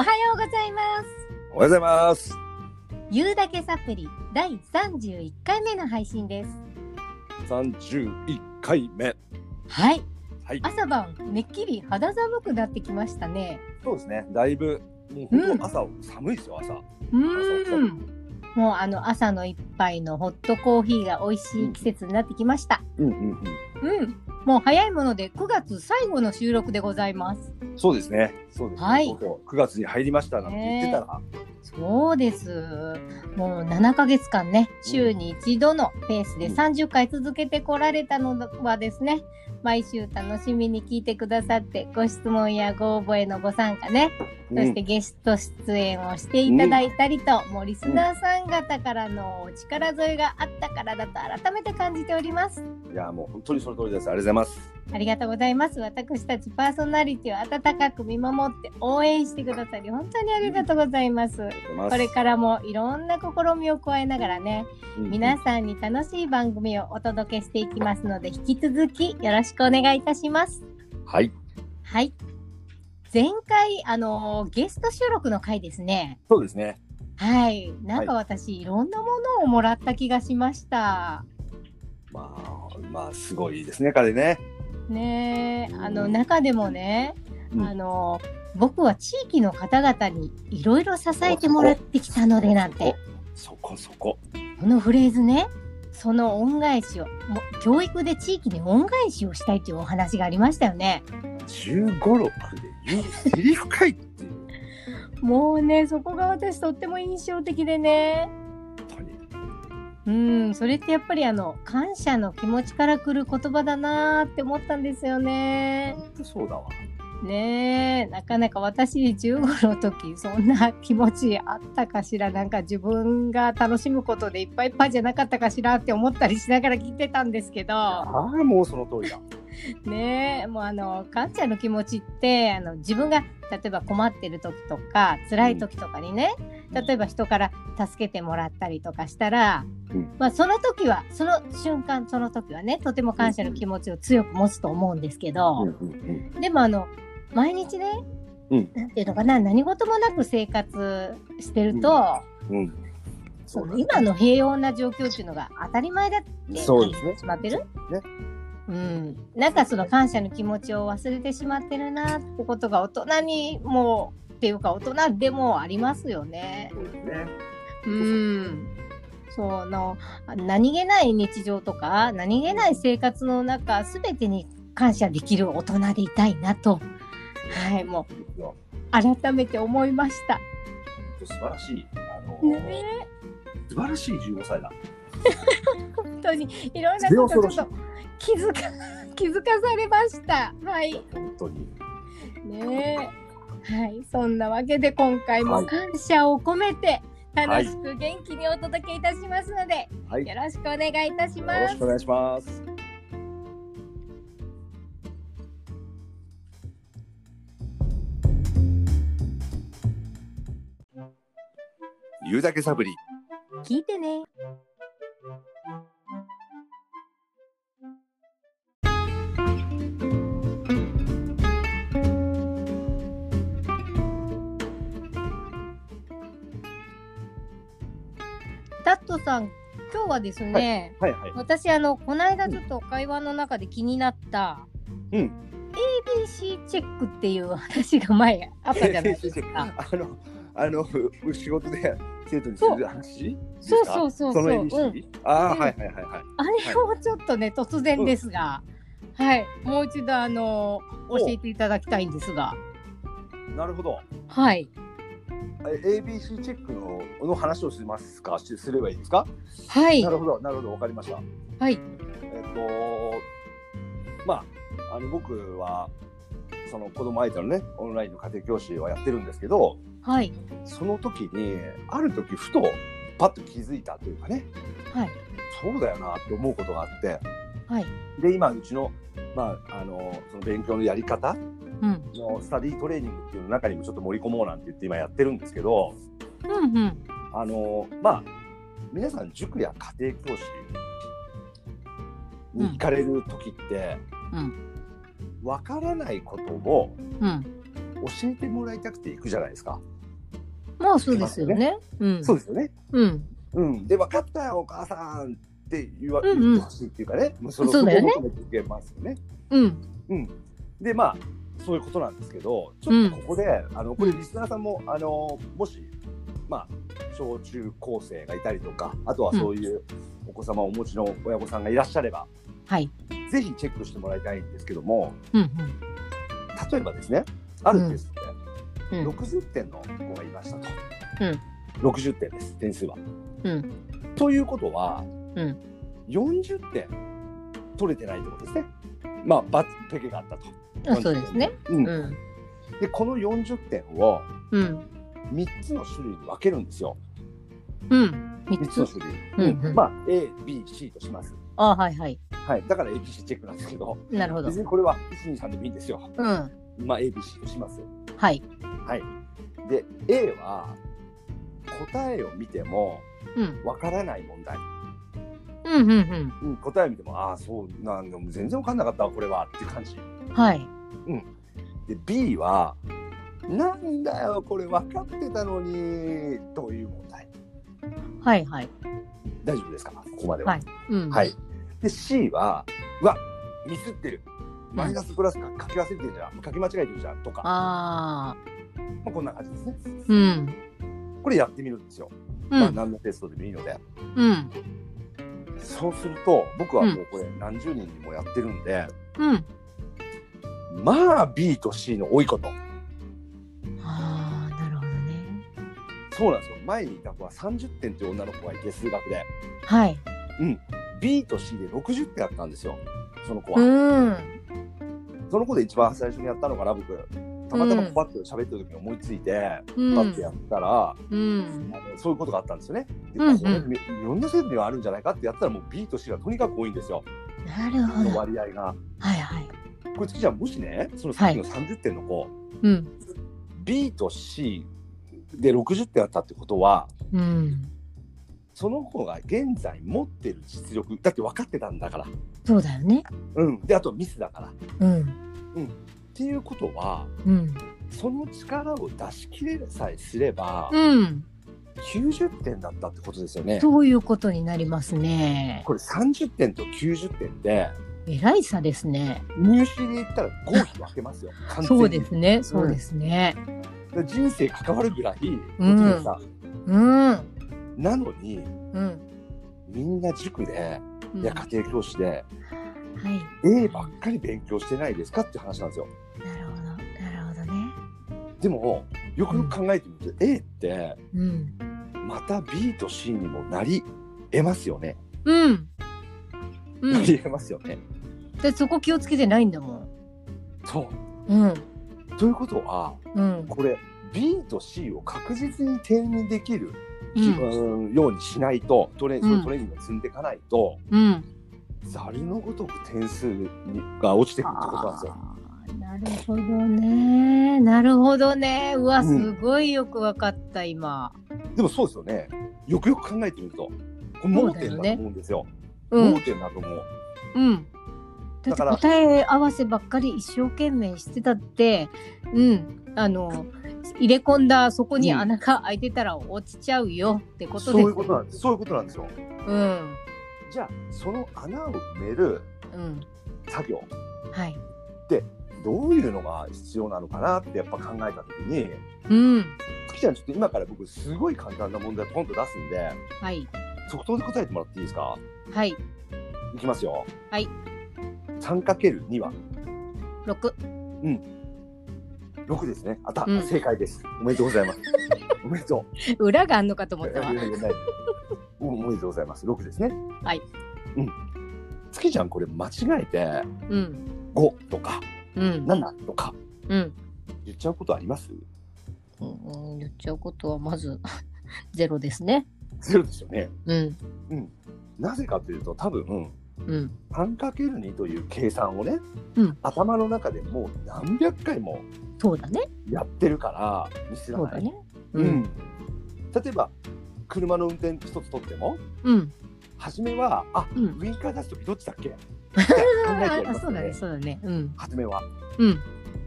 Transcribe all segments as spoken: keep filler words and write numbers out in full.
はようございます。 おはようございます。 言うだけサプリだいさんじゅういっかいめの配信です。 さんじゅういっかいめ。 はい、 はい、 朝晩めっきり肌寒くなってきましたね。 そうですね。だいぶもう本当朝、うん、寒いですよ。朝。 うーん。もうあの朝の一杯のホットコーヒーが美味しい季節になってきました。 うんうんうん。 うん。もう早いものでくがつ最後の収録でございます。そうですね。そうですね。 はい。 くがつに入りましたなんて言ってたら。 そうです。もうななかげつかんね、週に一度のペースでさんじゅっかい続けてこられたのはですね、毎週楽しみに聞いてくださって、ご質問やご応募へのご参加ね、そしてゲスト出演をしていただいたりと、うん、もうリスナーさん方からのお力添えがあったからだと改めて感じております。 いやもう本当にその通りです。ありがとうございます。 ありがとうございます。私たちパーソナリティを温かく見守って応援してくださり本当にありがとうございます。うん、これからもいろんな試みを加えながらね、うんうん、皆さんに楽しい番組をお届けしていきますので、引き続きよろしくお願いいたします。 はいはい。前回あのゲスト収録の回ですね。 そうですね。 はい。なんか私、はい、いろんなものをもらった気がしました。 まあまあすごいですね、彼ね。 ねえ、あの中でもね、うん、あの僕は地域の方々にいろいろ支えてもらってきたのでなんて、 そこそここのフレーズね、その恩返しをも教育で地域に恩返しをしたいというお話がありましたよね。 じゅうご、ろくで言うセリフかいっていうもうね、そこが私とっても印象的でね。うん、それってやっぱりあの感謝の気持ちから来る言葉だなーって思ったんですよね。 そうだわ。 ねえ、なかなか私じゅうごの時そんな気持ちあったかしら。なんか自分が楽しむことでいっぱいいっぱいじゃなかったかしらって思ったりしながら聞いてたんですけど。 ああ、もうその通りだ。 ねえ、もうあの感謝の気持ちってあの自分が例えば困ってる時とか辛い時とかにね、うん、例えば人から助けてもらったりとかしたら、うん、まあその時はその瞬間その時はねとても感謝の気持ちを強く持つと思うんですけど、うんうんうん、でもあの毎日ね、うん、なんていうのかな、何事もなく生活してると、うんうん、その今の平穏な状況っていうのが当たり前だって感じてしまってる。ね、うん、なんかその感謝の気持ちを忘れてしまってるなってことが大人にもっていうか大人でもありますよね。 そうですね。 うん、その何気ない日常とか何気ない生活の中すべてに感謝できる大人でいたいなと、はい、もう改めて思いました。 素晴らしい、あのーね、素晴らしいじゅうごさいだ。 本当にいろんなことちょっと気づか気づかされました。はい。 本当に。 ねえ。はい。そんなわけで今回も感謝を込めて楽しく元気にお届けいたしますので、はい、よろしくお願いいたします。 よろしくお願いします。言うだけサブリ。 聞いてね。タットさん、今日はですね、はいはいはい、私あのこの間ちょっと会話の中で気になった、うん、エービーシー チェックっていう話が前あったじゃないですか。 あのあの仕事で生徒にする話そうそうそうそう。 その エービーシー？うん、ああ、はいはいはいはい。 あれをちょっとね、突然ですが、うん、はい、もう一度あの教えていただきたいんですが。 なるほど。 はい。 エービーシー チェック の, の話をしますかすればいいですか。 はい。 なるほどなるほど、わかりました。 はい。 えっとまああの僕はその子供相手のねオンラインの家庭教師をやってるんですけど、 はい。 その時にある時ふとパッと気づいたというかね、 はい。 そうだよなって思うことがあって、 はい。 で今うちのまああのその勉強のやり方のスタディトレーニングっていうの中にもちょっと盛り込もうなんて言って今やってるんですけど、 うんうん、 あのまあ皆さん塾や家庭教師に行かれる時って、うん、分からないことを教えてもらいたくて行くじゃないですか。 まあそうですよね。うん、 そうですよね。 うんうん、で分かったよお母さんって言わ、 うんうん、 言ってほしいっていうかね、もうそれをそうだよね。 求めていけますよね。 うんうん、でまあそういうことなんですけど、ちょっとここで、うん、あのこれリスナーさんも、あのもしまあ小中高生がいたりとか、あとはそういうお子様をお持ちの親御さんがいらっしゃれば、 はい、 ぜひチェックしてもらいたいんですけども、 うんうん、 例えばですね、あるテストで、 うん、 ろくじゅってんの子がいましたと、 うん、 ろくじゅってんです、点数は、 うん、 ということは、 うん、 よんじゅってん取れてないってことですね。まあバツペケがあったと。 あ、そうですね、 うんうん、でこのよんじゅってんをみっつの種類に分けるんですよ。 うん、みっつの種類、うんうん、まあ エービーシー とします。 あ、はいはい、 はい、だから エービーシー チェックなんですけど、 なるほど、 別にこれはいちにさんでもいいんですよ。 うん、 まあ エービーシー とします。 はいはい。で A は答えを見てもわからない問題、 うんうんうんうん、答えを見てもああそうなんでも全然わかんなかったわこれはっていう感じ。 はい、 うん、で B はなんだよこれ分かってたのにという問題。 はいはい、 大丈夫ですかここまでは。 はい、うん、 はい。で C はうわミスってる、マイナスプラスか書き忘れてるじゃん、書き間違えてるじゃんとか、 あ、 まあ、こんな感じですね。 うん、 これやってみるんですよ、うん、まあ何のテストでもいいので、 うん、 そうすると僕はもうこれ何十人にもやってるんで、 うん、 まあ B と C の多いこと。 ああ、なるほどね。 そうなんですよ。前にいた子はさんじゅってんという女の子がいて数学で、 はい、 うん、B と C でろくじゅってんあったんですよその子は。 うん、 その子で一番最初にやったのかな僕。たまたまパッと喋ってる時に思いついて、うん、パッとやったら、うん、あのそういうことがあったんですよね。で、うんうん、これいろんな生徒にはあるんじゃないかってやったらもう B と C がとにかく多いんですよ。 なるほど。 の割合が。 はいはい。 これ次じゃあもしねそのさっきのさんじゅってんの子、はい、うん、B と C でろくじゅってんあったってことは、うん、その子が現在持ってる実力だって分かってたんだから。 そうだよね。 うん。であとミスだから。うん。うん。っていうことは、うん、その力を出し切れさえすれば、うん、きゅうじゅってんだったってことですよね。 そういうことになりますね。 これさんじゅってんときゅうじゅってんでえらい差ですね。 入試で言ったら合否分けますよ。完全に。 そうですね。そうですね。 うん、人生関わるぐらいモチベーション、うんうん、なのに、うん、みんな塾で、うん、いや家庭教師で、はい、A ばっかり勉強してないですかっていう話なんですよ。 なるほど、なるほどね。 でもよくよく考えてみると、うん、A って、うん、また B と C にもなり得ますよね。うん。うん、なり得ますよね。 でそこ気をつけてないんだもん。 そう。うん。ということは、うん、これ B と C を確実に定にできる、うん、ようにしないとトレ、うん、そのトレーニングを積んでいかないと、うん、ざるのごとく点数が落ちてくるってことなんですよ。 なるほどね、なるほどね。うわ、すごいよく分かった、うん、今。 でもそうですよね。よくよく考えてみるとこれ盲点だと思うんですよ。盲点だと思う。 うん。だって答え合わせばっかり一生懸命してたって、うん、あの入れ込んだそこに穴が開いてたら落ちちゃうよってことですよ、 うん、そういうことなんです。そういうことなんですよ。 うん。 じゃあその穴を埋める作業、うん、はい。でどういうのが必要なのかなってやっぱ考えたときに、うん。月ちゃんちょっと今から僕すごい簡単な問題ポンと出すんで、はい。即答で答えてもらっていいですか？ はい。 いきますよ。 はい。 さんかけるに はろく。 うん。ろくですね。あた、うん、正解です。おめでとうございます。おめでとう。裏があんのかと思ったわ。いやいやない。 おめでとうございます。ろくですね。 はい。 うん。月ちゃんこれ間違えて、うん、ごとか、うん、ななとか、うん、言っちゃうことあります？ うん、言っちゃうことはまずゼロですね。 ゼロですよね。 うん。 うん。なぜかというと多分、うん、さんかけるに という計算をね、うん、頭の中でもう何百回もそうだねやってるからミスらない。 そうだね、 うんうん、例えば車の運転一つとっても、うん、初めはあ、うん、ウインカー出すときどっちだっけ考えてやりますよね。 そうだねそうだね、うん、 初めは、 うん、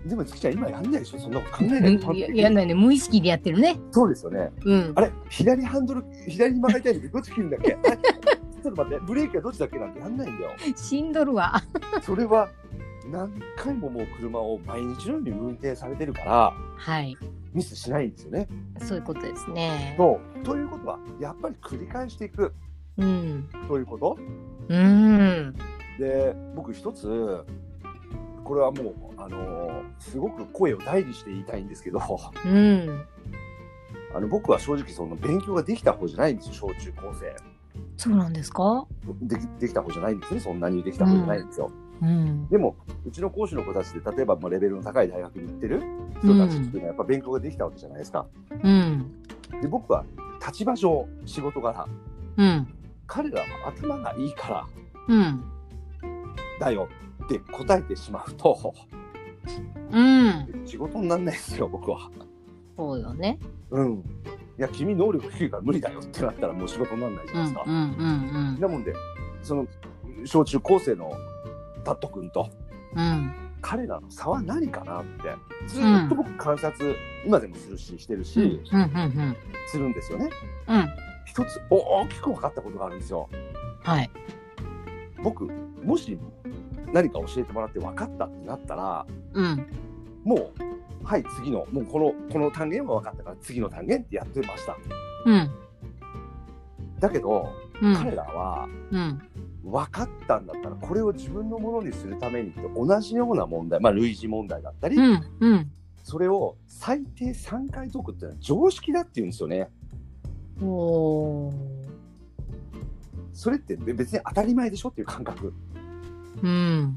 でも月ちゃん今やんないでしょ、そんなこと考えないで。 いや、やんないね、無意識でやってるね。 そうですよね、 うん、 あれ左ハンドル左に曲がりたいんだけどどっち切るんだっけちょっと待って、ブレーキはどっちだっけなんてやんないんだよ。 しんどるわそれは何回ももう車を毎日のように運転されてるから、 はい、 ミスしないんですよね。 そういうことですね。 そうということはやっぱり繰り返していく、 うん、 ということ、 うん、 で僕一つこれはもう、あのー、すごく声を大にして言いたいんですけど、 うん、 あの僕は正直その勉強ができた方じゃないんですよ、小中高生。 そうなんですか？ でき、できた方じゃないんですね、そんなにできた方じゃないんですよ、 うん、 でもうちの講師の子たちで例えばもうレベルの高い大学に行ってる人たちっていうのはやっぱ勉強ができたわけじゃないですか、 うん、 で僕は立場上仕事柄、 うん、 彼らは頭がいいから、 うん、 だよって答えてしまうと、 うん、 仕事にならないですよ僕は。 そうよね。 うん。いや君能力低いから無理だよってなったらもう仕事にならないじゃないですか。 うんうんうんうん、 なもんでその小中高生のタット君と、うん、彼らの差は何かなってずっと僕観察、うん、今でもするししてるし、うんうんうんうん、するんですよね。うん、一つ大きく分かったことがあるんですよ。 はい。 僕もし何か教えてもらって分かったってなったら、うん、もうはい次のもうこのこの単元は分かったから次の単元ってやってました。うん、だけど、うん、彼らは、うん、分かったんだったらこれを自分のものにするためにって同じような問題、まあ類似問題だったり、うんうん、それを最低さんかい解くっていうのは常識だって言うんですよね。おー。それって別に当たり前でしょっていう感覚。うん、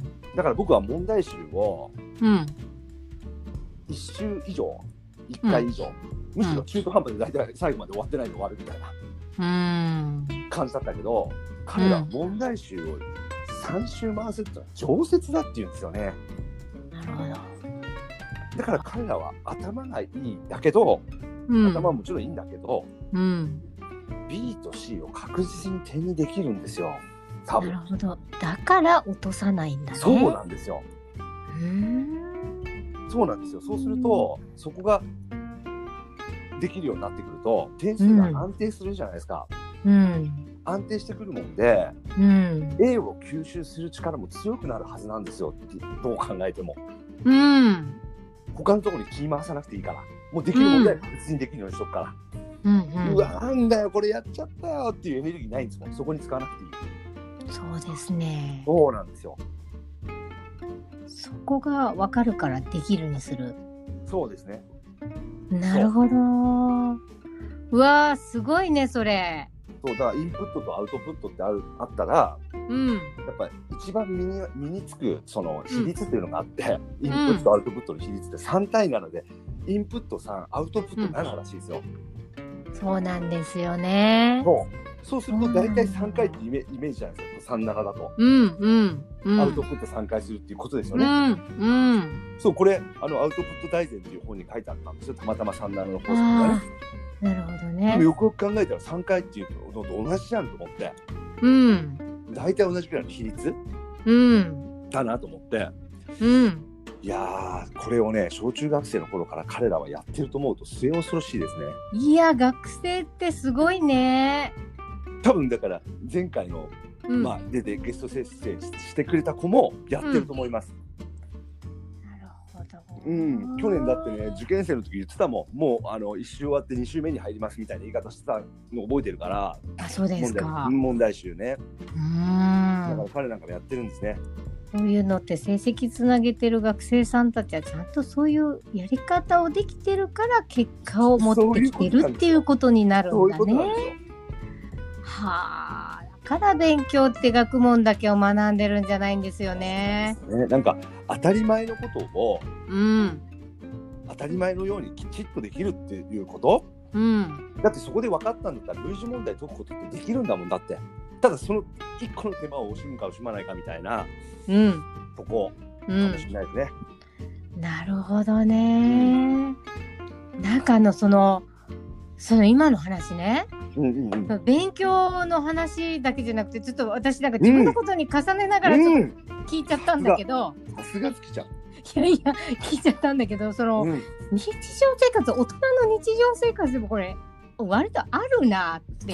だから僕は問題集をいっ週以上、いっかい以上、うん、むしろ中途半端で大体最後まで終わってないで終わるみたいな感じだったけど、彼らは問題集をさん週回せるってのは常設だって言うんですよね。なるほど。だから彼らは頭がいいんだけど、うん、頭はもちろんいいんだけど、うん、B と C を確実に点にできるんですよ。多分。 なるほど。だから落とさないんだね。 そうなんですよ。うーん。そうなんですよ。そうするとそこができるようになってくると点数が安定するじゃないですか。うん、安定してくるもんで、うん、A を吸収する力も強くなるはずなんですよ。どう考えても。うん、他のところに気回さなくていいから、もうできる問題は別にできるようにしとくから。うんうん、うわなんだよこれやっちゃったよっていうエネルギーないんですもん。そこに使わなくていい。 そうですね。そうなんですよ。 そこが分かるからできるにする。 そうですね。 なるほど。うわーすごいねそれ。 そうだからインプットとアウトプットってあるあったら、うん、やっぱり一番身に身につくその比率っていうのがあって、うん、インプットとアウトプットの比率ってさん対ななで、インプットさんアウトプットなならしいですよ。 うん、そうなんですよね。 そうそうすると大体さんかいってイメ、イメージじゃないですか。さんななだと、うんうんうん、アウトプットさんかいするっていうことですよね。うんうん、そうこれあのアウトプット大全っていう本に書いてあったんですよ。たまたまさんななの法則がね。 なるほどね。 でもよくよく考えたらさんかいっていうのと同じじゃんと思って、うん、大体同じくらいの比率、うん、だなと思って、うん、いやーこれをね小中学生の頃から彼らはやってると思うと末恐ろしいですね。 いや学生ってすごいね。 多分だから前回の、うんまあ、出てゲスト先生してくれた子もやってると思います。 うん、なるほど。 うん、去年だってね受験生の時言ってたもん。もうあのいち週終わってに週目に入りますみたいな言い方してたの覚えてるから。 あ、そうですか。 問題、問題集ね。うん。だから彼なんかもやってるんですね。 そういうのって成績つなげてる学生さんたちはちゃんとそういうやり方をできてるから結果を持ってきてるっていうことになるんだね。そういうことなんですよ。はあ、だから勉強って学問だけを学んでるんじゃないんですよね。 ね、なんか当たり前のことを、うん、当たり前のようにきちっとできるっていうこと、うん、だってそこで分かったんだったら類似問題解くことってできるんだもん。だってただそのいっこの手間を惜しむか惜しまないかみたいな、うん、とこかもしれないですね。 うん、なるほどね、うん、なんかあのそのその今の話ね、うんうんうん、勉強の話だけじゃなくてちょっと私なんか自分のことに重ねながらちょっと聞いちゃったんだけど、 さすが月ちゃんいやいや聞いちゃったんだけど、その、うん、日常生活、大人の日常生活でもこれ割とあるなっていう。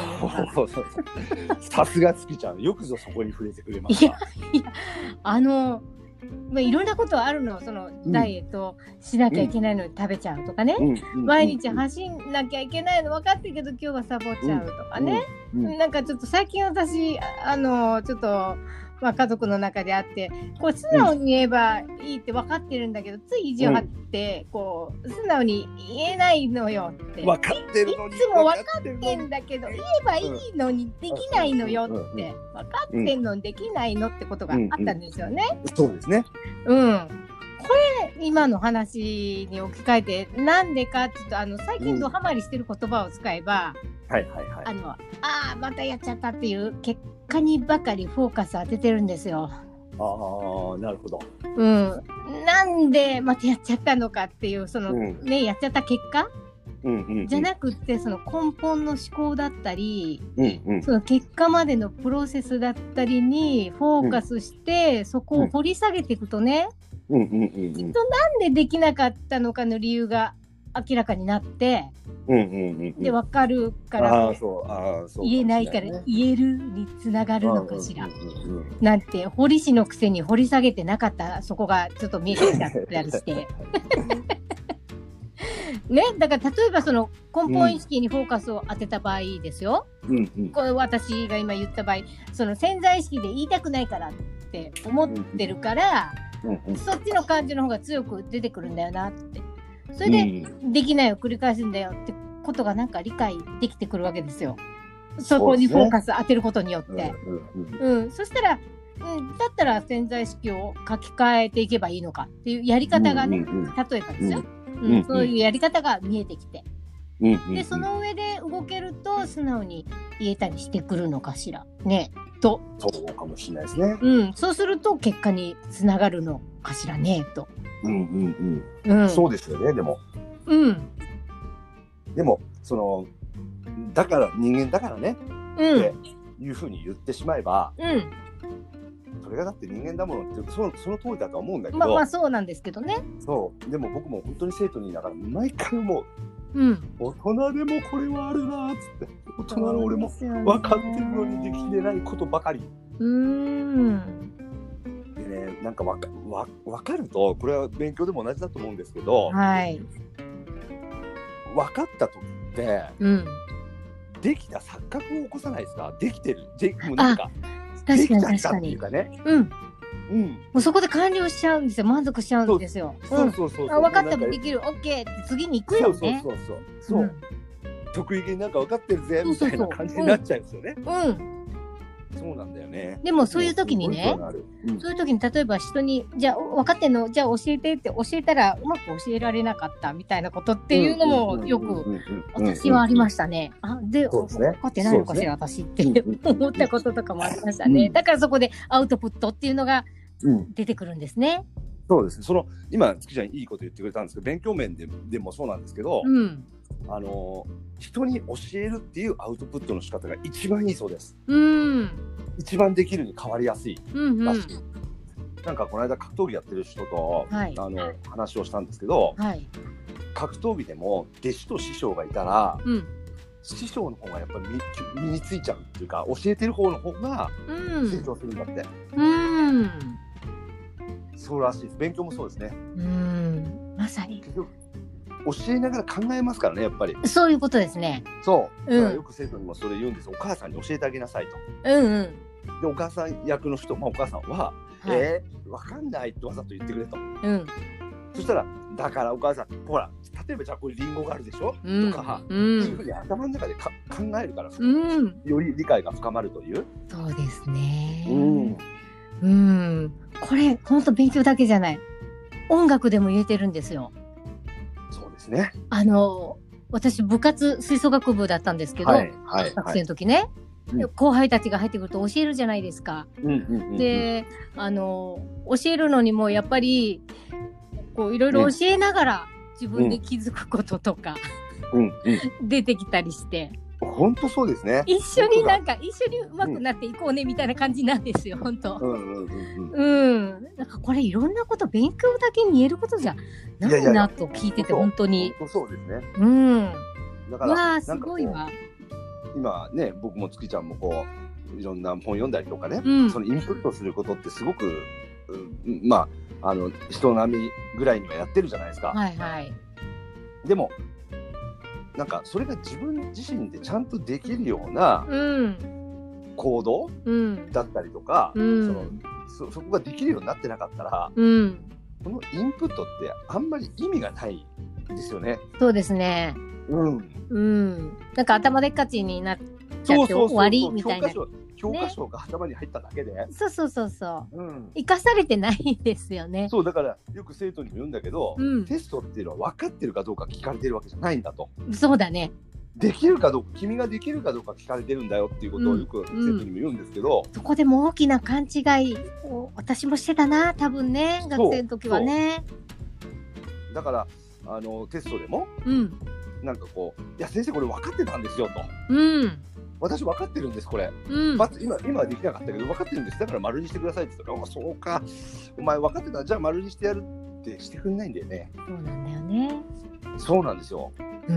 さすが月ちゃん、よくぞそこに触れてくれました。いやいや、あのまあ、いろんなことあるの。そのダイエットしなきゃいけないのに食べちゃうとかね、うん、毎日走んなきゃいけないの分かってるけど今日はサボっちゃうとかね、うんうん、なんかちょっと最近私あのちょっと、まあ、家族の中であってこう素直に言えばいいって分かってるんだけど、つい意地を張ってこう素直に言えないのよって。 分かってるのにいつも分かってんだけど言えばいいのにできないのよって分かってんのにできないのってことがあったんですよね。 うんうん、そうですね。 うん。これ今の話に置き換えてなんでかっていうと、あの最近ドハマりしてる言葉を使えば、 うん、はいはいはい。 あのあーまたやっちゃったっていう結果にばかりフォーカス当ててるんですよ。 ああ、なるほど。 うん。なんでまたやっちゃったのかっていうその、うん、ねやっちゃった結果、うんうんうん、じゃなくってその根本の思考だったり、うんうん、その結果までのプロセスだったりにフォーカスして、うん、そこを掘り下げていくとね、うんうんうんうん、きっとなんでできなかったのかの理由が明らかになって、うんうんうんうん、で分かるからあそうあそう言えないから言えるにつながるのかしら、うんうんうん、なんて掘り師のくせに掘り下げてなかったそこがちょっと見えてきたりしてね、だから例えばその根本意識にフォーカスを当てた場合ですよ、うんうん、これ私が今言った場合その潜在意識で言いたくないからって思ってるから、うんうん、そっちの感情の方が強く出てくるんだよなって、それで、うん、できないを繰り返すんだよってことがなんか理解できてくるわけですよ。そこにフォーカス当てることによって、うんうんうんうん、そしたら、うん、だったら潜在意識を書き換えていけばいいのかっていうやり方がね、うんうんうん、例えばですよ、うんうん、そういうやり方が見えてきて、うんうんうん、でその上で動けると素直に言えたりしてくるのかしらねと。 そうかもしれないですね、 うん、そうすると結果につながるのかしらねと。 うんうんうん、うん、そうですよね。でも、うん、でもそのだから人間だからね、うん、っていうふうに言ってしまえば、うん、それがだって人間だものってその、その通りだとは思うんだけど、 まあまあそうなんですけどね。 そうでも僕も本当に生徒にいながら毎回思う、うん、大人でもこれはあるなっつって、大人の俺も分かってるのにできてないことばかり。うーんでね、なんかわか、わ、わかるとこれは勉強でも同じだと思うんですけど、はい、分かった時って、うん、できた錯覚を起こさないですか。できてるでもうなんか確かに確かに、 ね、うんうん、もうそこで完了しちゃうんですよ。満足しちゃうんですよ。そうそうそうそう、うん、あ分かったもできる OK って次に行くよね。 そうそうそうそう、うん、得意げになんか分かってるぜみたいな感じになっちゃうんですよね。うん、うんそうなんだよね。 でもそういう時にね、うん、そういう時に例えば人にじゃあ分かってんのじゃあ教えてって教えたらうまく教えられなかったみたいなことっていうのもよく私はありましたね。あで、ね、分かってないのかしら、ね、私って思ったこととかもありましたね、うん、だからそこでアウトプットっていうのが出てくるんですね、 うん、そうですね。その今月ちゃんいいこと言ってくれたんですけど勉強面で、でもそうなんですけど、うんあの人に教えるっていうアウトプットの仕方が一番いいそうです。うん、一番できるに変わりやすいらしい、うんうん、なんかこの間格闘技やってる人と、はい、あの話をしたんですけど、はい、格闘技でも弟子と師匠がいたら、うん、師匠の方がやっぱり 身, 身についちゃうっていうか教えてる方の方が成長するんだって、うん、そうらしいです。勉強もそうですね。 うんまさに教えながら考えますからね、やっぱり。 そういうことですね。 そう、うん、だからよく生徒にもそれ言うんです。お母さんに教えてあげなさいと。うんうん。でお母さん役の人、まあ、お母さんは、はい、えー、分かんないってわざと言ってくれと。うん。そしたらだからお母さんほら例えばじゃあこれリンゴがあるでしょ、うん、とか、うん、いうふうに頭の中でか考えるから、うん、より理解が深まるという。 そうですね。うん。うん。これ本当勉強だけじゃない。音楽でも言えてるんですよ。 ね、 あの私部活吹奏楽部だったんですけど、はいはい、学生の時ね、はい、後輩たちが入ってくると教えるじゃないですか、うんうんうんうん、であの教えるのにもやっぱりこういろいろ教えながら自分で気づくこととか、うんうん、出てきたりして、 本当そうですね。 一緒になんか一緒に上手くなっていこうねみたいな感じなんですよ、うん、本当。うんうんうんうん。なんかこれいろんなこと勉強だけに言えることじゃないなと聞いてて本当に。 本当そうですね。 うん。 だからわあすごいわ。 今ね僕も月ちゃんもこういろんな本読んだりとかね、うん、そのインプットすることってすごく、うん、まああの人並みぐらいにはやってるじゃないですか。 はいはい。 でもなんかそれが自分自身でちゃんとできるような行動だったりとか、うん、その そ, そこができるようになってなかったら、うん、このインプットってあんまり意味がないんですよね。 そうですね。 うんうん、なんか頭でっかちになっちゃって終わりみたいな。 教科書が頭に入っただけで、ね、 そうそうそうそう、うん、生かされてないですよね。 そうだからよく生徒にも言うんだけど、うん、テストっていうのは分かってるかどうか聞かれてるわけじゃないんだと。 そうだね。 できるかどうか君ができるかどうか聞かれてるんだよっていうことをよく生徒にも言うんですけど、 うんうん、そこでも大きな勘違いを私もしてたな多分ね学生の時はね。 だからあのテストでも、うん、なんかこういや先生これ分かってたんですよと。うん私分かってるんですこれ、うん、今, 今はできなかったけど分かってるんですだから丸にしてくださいって言ったらあそうかお前分かってたじゃあ丸にしてやるってしてくれないんだよね。 そうなんだよね。 そうなんですよ、うん、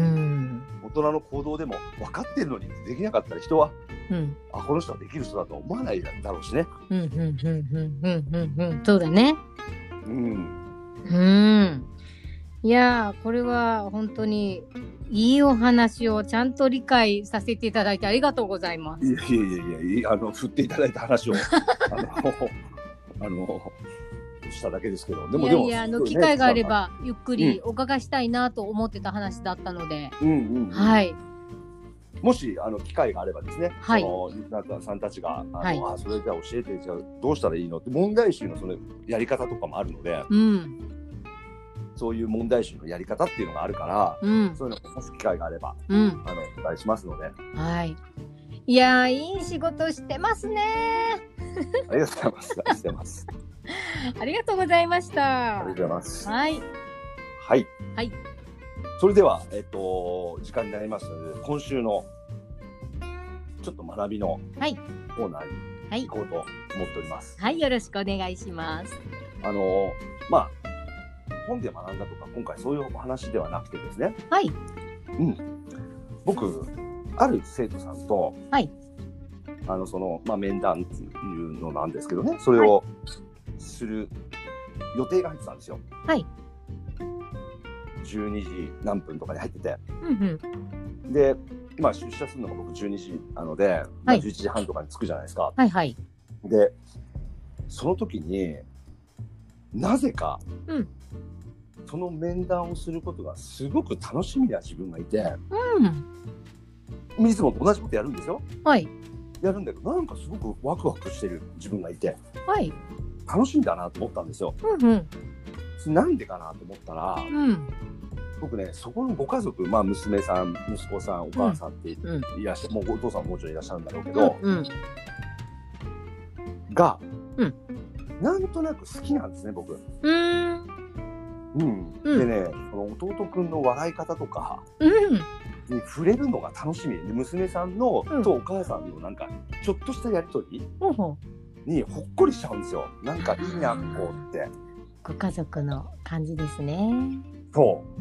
大人の行動でも分かってるのにできなかったら人は、うん、あこの人はできる人だと思わないだろうしね。 うんうんうんうんうんうんうんそうだね。うんうんいやーこれは本当にいいお話をちゃんと理解させていただいてありがとうございます。 いやいやいやいやあの振っていただいた話をあのあのしただけですけどでもいやいやあの機会があればゆっくりお伺いしたいなと思ってた話だったので、うんうんうん、はいもしあの機会があればですね、はい、そのリスナーさんたちがあの、はい、あそれじゃあ教えてじゃあどうしたらいいのって問題集のそのやり方とかもあるので、うんそういう問題集のやり方っていうのがあるから、うん、そういうのもし機会があれば、うん、あのお伝えしますので。 はい。いやーいい仕事してますね。 ありがとうございます。ありがとうございます。 ありがとうございました。 ありがとうございます。 はい。 はい。 はい。 それではえっと時間になりますので今週のちょっと学びのコーナーに行こうと思っております。 はい、はい、よろしくお願いします。 あのまあ。本で学んだとか今回そういうお話ではなくてですね、 はい、 うん、僕ある生徒さんと、はい、あのその、まあ、面談っていうのなんですけどねそれをする予定が入ってたんですよ。 はい、 じゅうにじ何分とかに入ってて、 うんうん、で今出社するのが僕じゅうにじなので、はいまあ、じゅういちじはんとかに着くじゃないですか。 はいはい、 でその時になぜか、うんその面談をすることがすごく楽しみな自分がいて、うん、いつもと同じことやるんですよ。 はい。 やるんだけどなんかすごくワクワクしてる自分がいて、 はい。 楽しいんだなと思ったんですよ。 うんうん、 なんでかなと思ったら、うん、僕ねそこのご家族、まあ、娘さん息子さんお母さんっていらっしゃる、うん、もうお父さんももちろんいらっしゃるんだろうけど、うんうん、が、うん、なんとなく好きなんですね僕。 うんうん、でね、うん、この弟くんの笑い方とかに触れるのが楽しみで娘さんの、うん、とお母さんのなんかちょっとしたやりとりにほっこりしちゃうんですよ。なんかいいなこうってご家族の感じですね。 そう、 うん、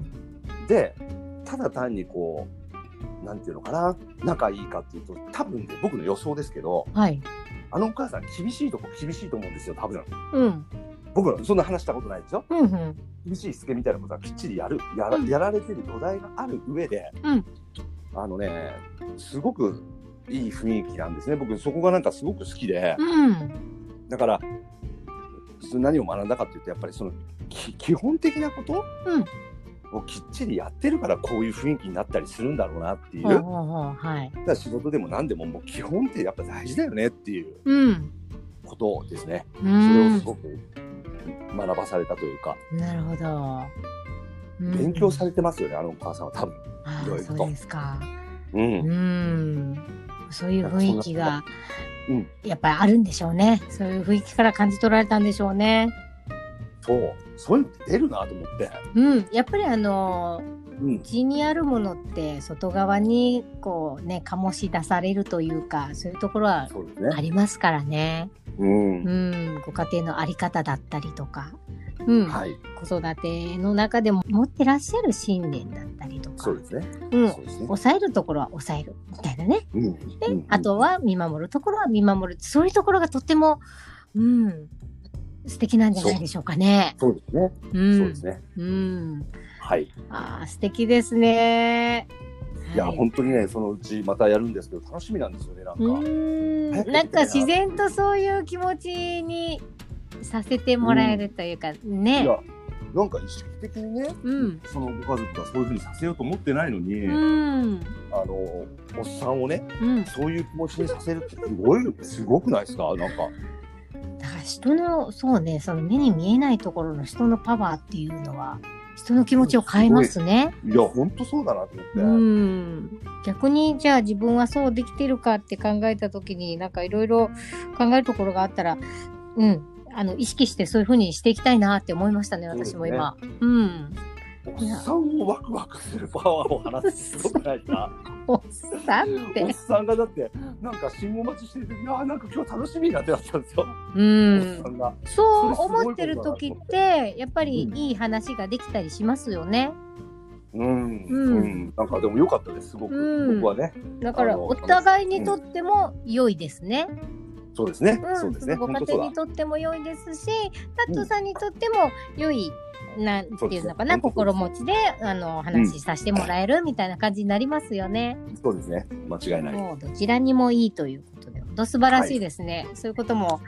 でただ単にこうなんていうのかな仲いいかっていうと多分、ね、僕の予想ですけど、 はい、 あのお母さん厳しいとこ厳しいと思うんですよ多分。 うん僕はそんな話したことないですよ、 うんうん、 厳しいしつけみたいなことはきっちりやる や ら,、うん、やられてる土台がある上で、 うん、 あのねすごくいい雰囲気なんですね。僕そこがなんかすごく好きで、 うん、 だから何を学んだかっていうとやっぱりその基本的なこと、うん、をきっちりやってるからこういう雰囲気になったりするんだろうなっていう、 ほうほうほう、はい、 だから仕事でも何でももう基本ってやっぱ大事だよねっていうことですね、 うん、 それをすごく学ばされたというか。 なるほど、 うん、勉強されてますよねあのお母さんは多分。 ああそうですか。 うん、 うんそういう雰囲気がやっぱりあるんでしょうね。そういう雰囲気から感じ取られたんでしょうね。 そうそういうのって出るなと思って。 うんやっぱりあの内にあるものって外側にこうね醸し出されるというか、そういうところはありますからね。うん、うん、ご家庭の在り方だったりとか、うんはい、子育ての中でも持ってらっしゃる信念だったりとか、 そうですね。 うん、そうですね。抑えるところは抑えるみたいなね。うん、で、うん、あとは見守るところは見守る。そういうところがとっても、うん、素敵なんじゃないでしょうかね。 そうですね。うん、そうですね。うん。はい。 ああ、素敵ですね。 いや、はい、本当にね、そのうちまたやるんですけど、楽しみなんですよね、なんか。うーん、なんか自然とそういう気持ちにさせてもらえるというか、うん、ね。 いや、なんか意識的にね、うん、そのご家族がそういうふうにさせようと思ってないのに、うん、あの、おっさんをね、うん、そういう気持ちにさせるってすごい、すごくないですか、なんか。 だから人の、そうね、その目に見えないところの人のパワーっていうのは、人の気持ちを変えますね。 いや、本当そうだなと思って。 うん。逆に、じゃあ自分はそうできてるかって考えたときに、なんかいろいろ考えるところがあったら、うん。あの、意識してそういうふうにしていきたいなって思いましたね、私も今。う、ね、うん。 おっさんをワクワクするパワーを話すすごくないですか？ おっさんっておっさんがだってなんか信号待ちしてる時、いやなんか今日楽しみになってなったんですよ。うん。おっさんがそう思ってる時ってやっぱりいい話ができたりしますよね。 うん、うん、うん、なんかでも良かったですすごく、うん、僕はね。 だからお互いにとっても良いですね。うん、 そうですね。うん、そうですね。 ご家庭にとっても良いですし、タットさんにとっても良い。なんていうのかな、ね、心持ちであの話させてもらえるみたいな感じになりますよね。 うん、そうですね。間違いない。 もうどちらにもいいということで、本当素晴らしいですね。はい、そういうことも、はい、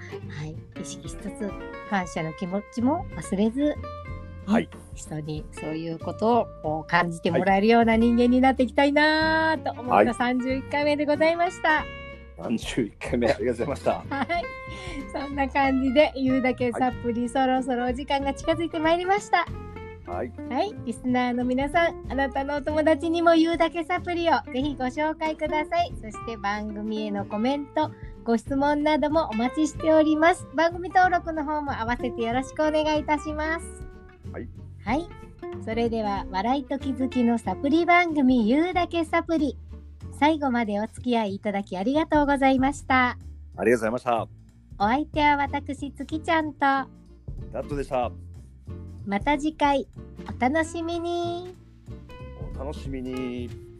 意識しつつ感謝の気持ちも忘れず、はい、人にそういうことをこう感じてもらえるような人間になっていきたいなと思ったさんじゅういっかいめでございました。はいさんじゅういっかいめありがとうございました。 はい、そんな感じで言うだけサプリ、はい、そろそろお時間が近づいてまいりました。はい、はい、リスナーの皆さん、あなたのお友達にも言うだけサプリをぜひご紹介ください。そして番組へのコメント、ご質問などもお待ちしております。番組登録の方も合わせてよろしくお願いいたします。はい、はい、それでは笑いと気づきのサプリ番組言うだけサプリ、最後までお付き合いいただきありがとうございました。 ありがとうございました。 お相手は私月ちゃんとタットでした。 また次回お楽しみに。 お楽しみに。